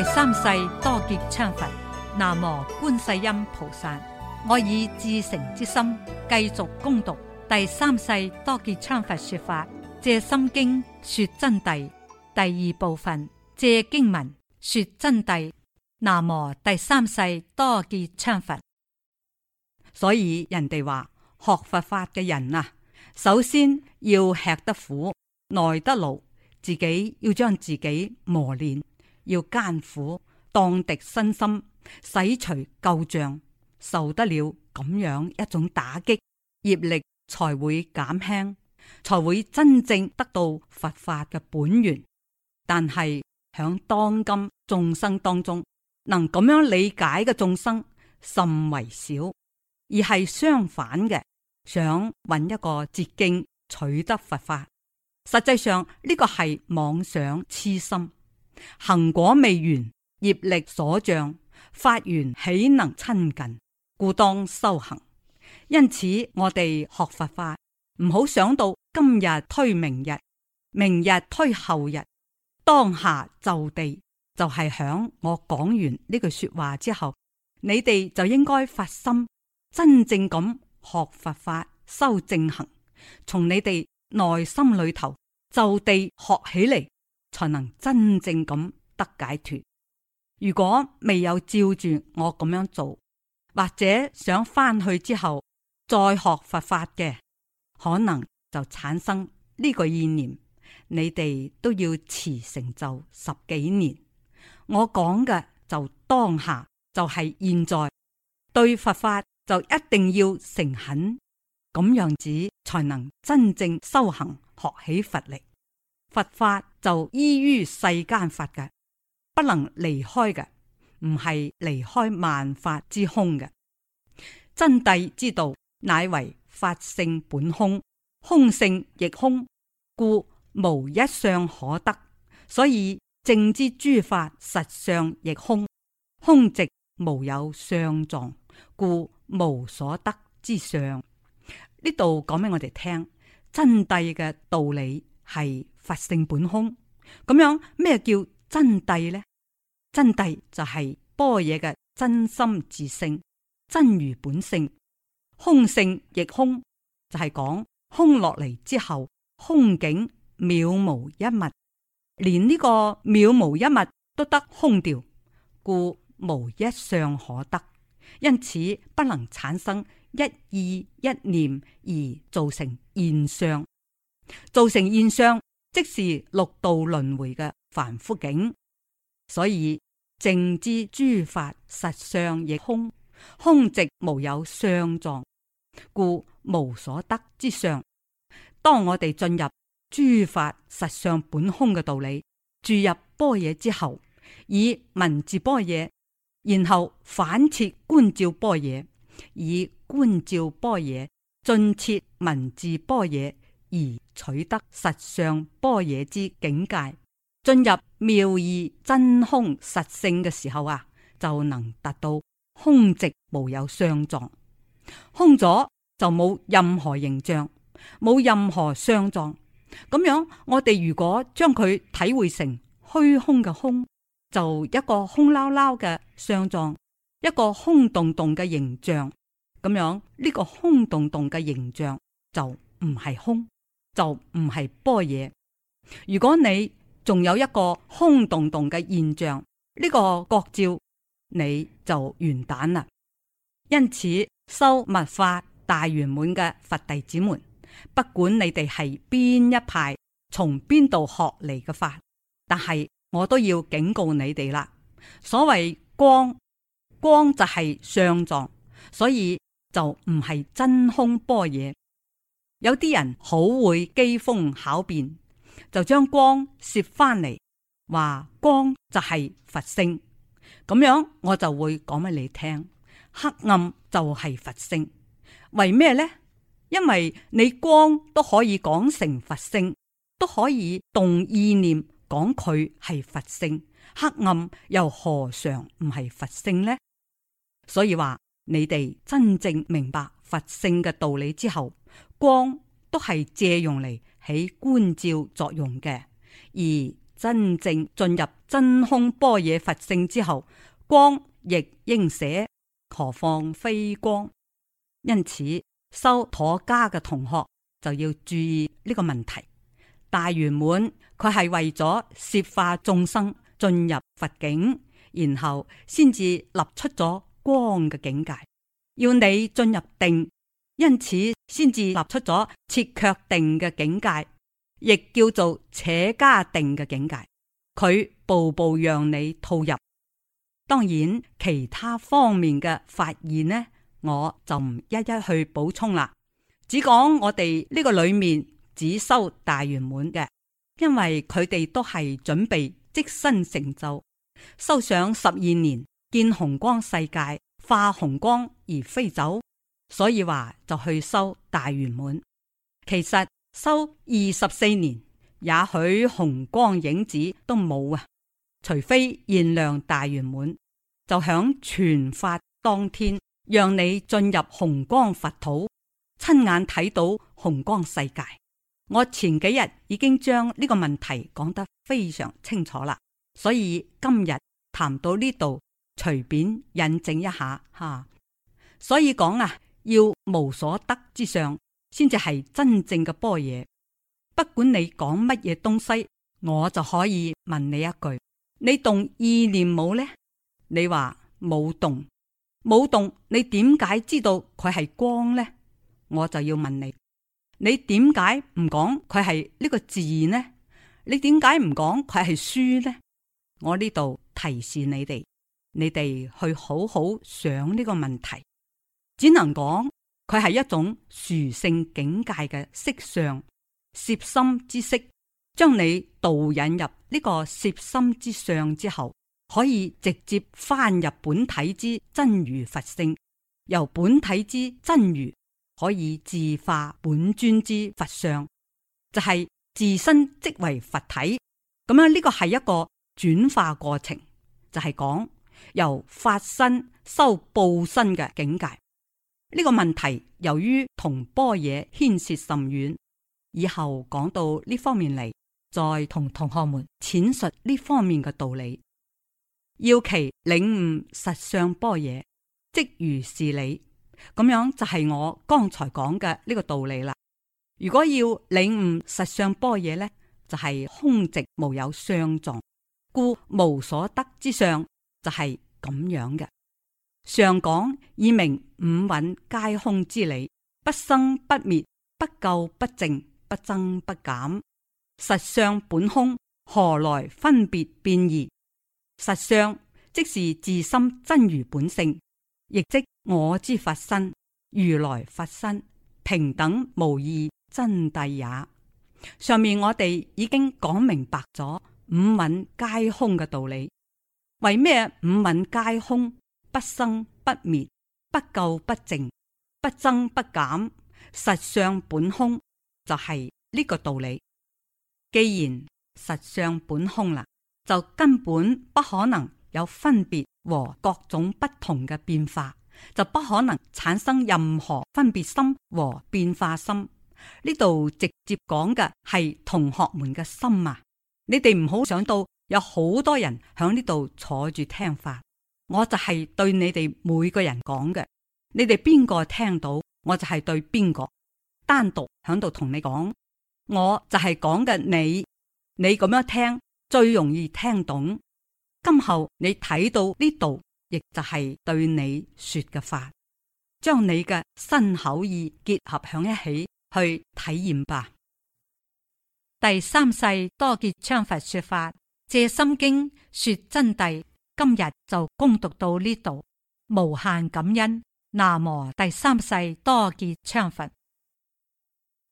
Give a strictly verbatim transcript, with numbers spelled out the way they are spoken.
三世多杰羌佛，南無觀世音菩薩。我以至誠之心繼續恭讀第三世多杰羌佛說法《藉心經》說真諦第二部分，藉經文說真諦。南無第三世多杰羌佛。所以人哋話學佛法嘅人啊，首先要吃得苦，耐得勞，自己要將自己磨練，要艱苦，當滌身心，洗除舊障，受得了咁樣一種打擊，業力才會減輕，才會真正得到佛法嘅本源。但係響當今眾生當中，能咁樣理解嘅眾生甚為少，而係相反嘅，想揾一個捷徑取得佛法。實際上呢個係妄想痴心，行果未完，業力所障，法緣豈能親近？故當修行。因此我哋學佛法，唔好想到今日推明日，明日推後日，當下就地。就係響我講完呢句說話之後，你哋就應該發心，真正咁學佛法，修正行，從你哋內心裏頭就地學起嚟，才能真正咁得解脫。如果未有照住我咁樣做，或者想翻去之後再學佛法嘅，可能就產生呢個意念，你哋都要遲成就十幾年。我講嘅就當下，就係現在，對佛法就一定要誠懇，咁樣子才能真正修行，學起佛力。佛法就依於世間法嘅，不能離開嘅，唔係離開萬法之空嘅。真諦之道，乃為法性本空，空性亦空，故無一相可得。所以正知諸法實相亦空，空寂無有相狀，故無所得之相。呢度講俾我哋聽，真諦嘅道理係法性本空。咁樣咩叫真諦呢？真諦就係般若嘅真心自性，真如本性。空性亦空，就係講空落嚟之後，空境渺無一物。連呢個渺無一物都得空掉，故無一相可得，因此不能產生一意一念而造成現象，造成現象即是六道輪迴嘅凡夫境。所以正知諸法實相亦空，空寂無有相狀，故無所得之相。當我哋進入諸法實相本空嘅道理，注入般若之後，以文字般若，然後反切觀照般若，以觀照般若盡切文字般若，而取得實相般若之境界。進入妙義真空實性嘅時候啊，就能達到空寂無有相狀，空咗就冇任何形象，冇任何相狀。咁樣我哋如果將佢體會成虛空嘅空，就一個空撈撈嘅相狀，一個空洞洞嘅形象。咁樣呢個空洞洞嘅形象就唔係空，就唔係般若。如果你仲有一個空洞洞嘅現象，呢個覺照你就完蛋啦。因此修密法大圓滿嘅佛弟子們，不管你哋係邊一派，從邊度學嚟嘅法，但係我都要警告你哋啦。所謂光，光就係相狀，所以就唔係真空般若。有啲人好會機鋒巧辯，就將光攝翻嚟，話光就係佛性。咁樣我就會講俾你聽，黑暗就係佛性。為咩呢？因為你光都可以講成佛性，都可以動意念講佢係佛性，黑暗又何嘗唔係佛性呢？所以話你哋真正明白佛性嘅道理之後，光都係借用嚟起觀照作用嘅，而真正進入真空般若佛性之後，光亦應捨，何況非光？因此修妥家嘅同學就要注意呢個問題。大圓滿佢係為咗攝化眾生進入佛境，然後先至立出咗光嘅境界，要你進入定，因此先至立出咗切卻定嘅境界，亦叫做且加定嘅境界。佢步步讓你套入。當然其他方面嘅法義呢，我就唔一一去補充啦，只講我哋呢個裏面只修大圓滿嘅，因為佢哋都係準備即身成就，修上十二年見紅光世界，化紅光而飛走，所以話就去修大圓滿。其實修二十四年，也許紅光影子都冇啊，除非現量大圓滿，就響傳法當天，讓你進入紅光佛土，親眼睇到紅光世界。我前幾日已經將呢個問題講得非常清楚啦，所以今日談到呢度，隨便印證一下哈。所以講啊，要無所得之上，先至係真正嘅般若。不管你講乜嘢東西，我就可以問你一句：你動意念冇呢？你話冇動，冇動，你點解知道佢係光呢？我就要問你，你點解唔講佢係呢個字呢？你點解唔講佢係書呢？我呢度提示你哋，你哋去好好想呢個問題，只能講佢係一種殊勝境界嘅色相，攝心之色，將你導引入呢個攝心之相之後，可以直接翻入本體之真如佛性，由本體之真如可以自化本尊之佛相，就係、是、自身即為佛體。咁樣呢個係一個轉化過程，就係、是、講由法身修報身嘅境界。呢、這個問題由於同般若牽涉甚遠，以後講到呢方面嚟，再同同學們闡述呢方面嘅道理。要其領悟實相般若，即如是理，咁樣就係我剛才講嘅呢個道理啦。如果要領悟實相般若呢，就係、是、空寂無有相狀，故無所得之上就係咁樣嘅。上講以明五蘊皆空之理，不生不滅，不垢不淨，不增不減，實相本空，何來分別變異？實相即是自心真如本性，亦即我之法身，如來法身，平等無異真諦也。上面我哋已經講明白咗五蘊皆空嘅道理。為咩五蘊皆空，不生不滅，不垢不淨，不增不減，實相本空，就係、是、呢個道理。既然實相本空啦，就根本不可能有分別和各種不同嘅變化，就不可能產生任何分別心和變化心。呢度直接講嘅係同學們嘅心啊！你哋唔好想到有好多人響呢度坐住聽法，我就係對你哋每個人講嘅。你哋邊個聽到，我就係對邊個單獨響度同你講，我就係講嘅你，你咁樣聽最容易聽懂。今後你睇到呢度，亦就係對你說嘅法，將你嘅身口意結合響一起去體驗吧。第三世多杰羌佛說法，藉心經說真諦。今日就恭讀到呢度，無限感恩。南無第三世多杰羌佛。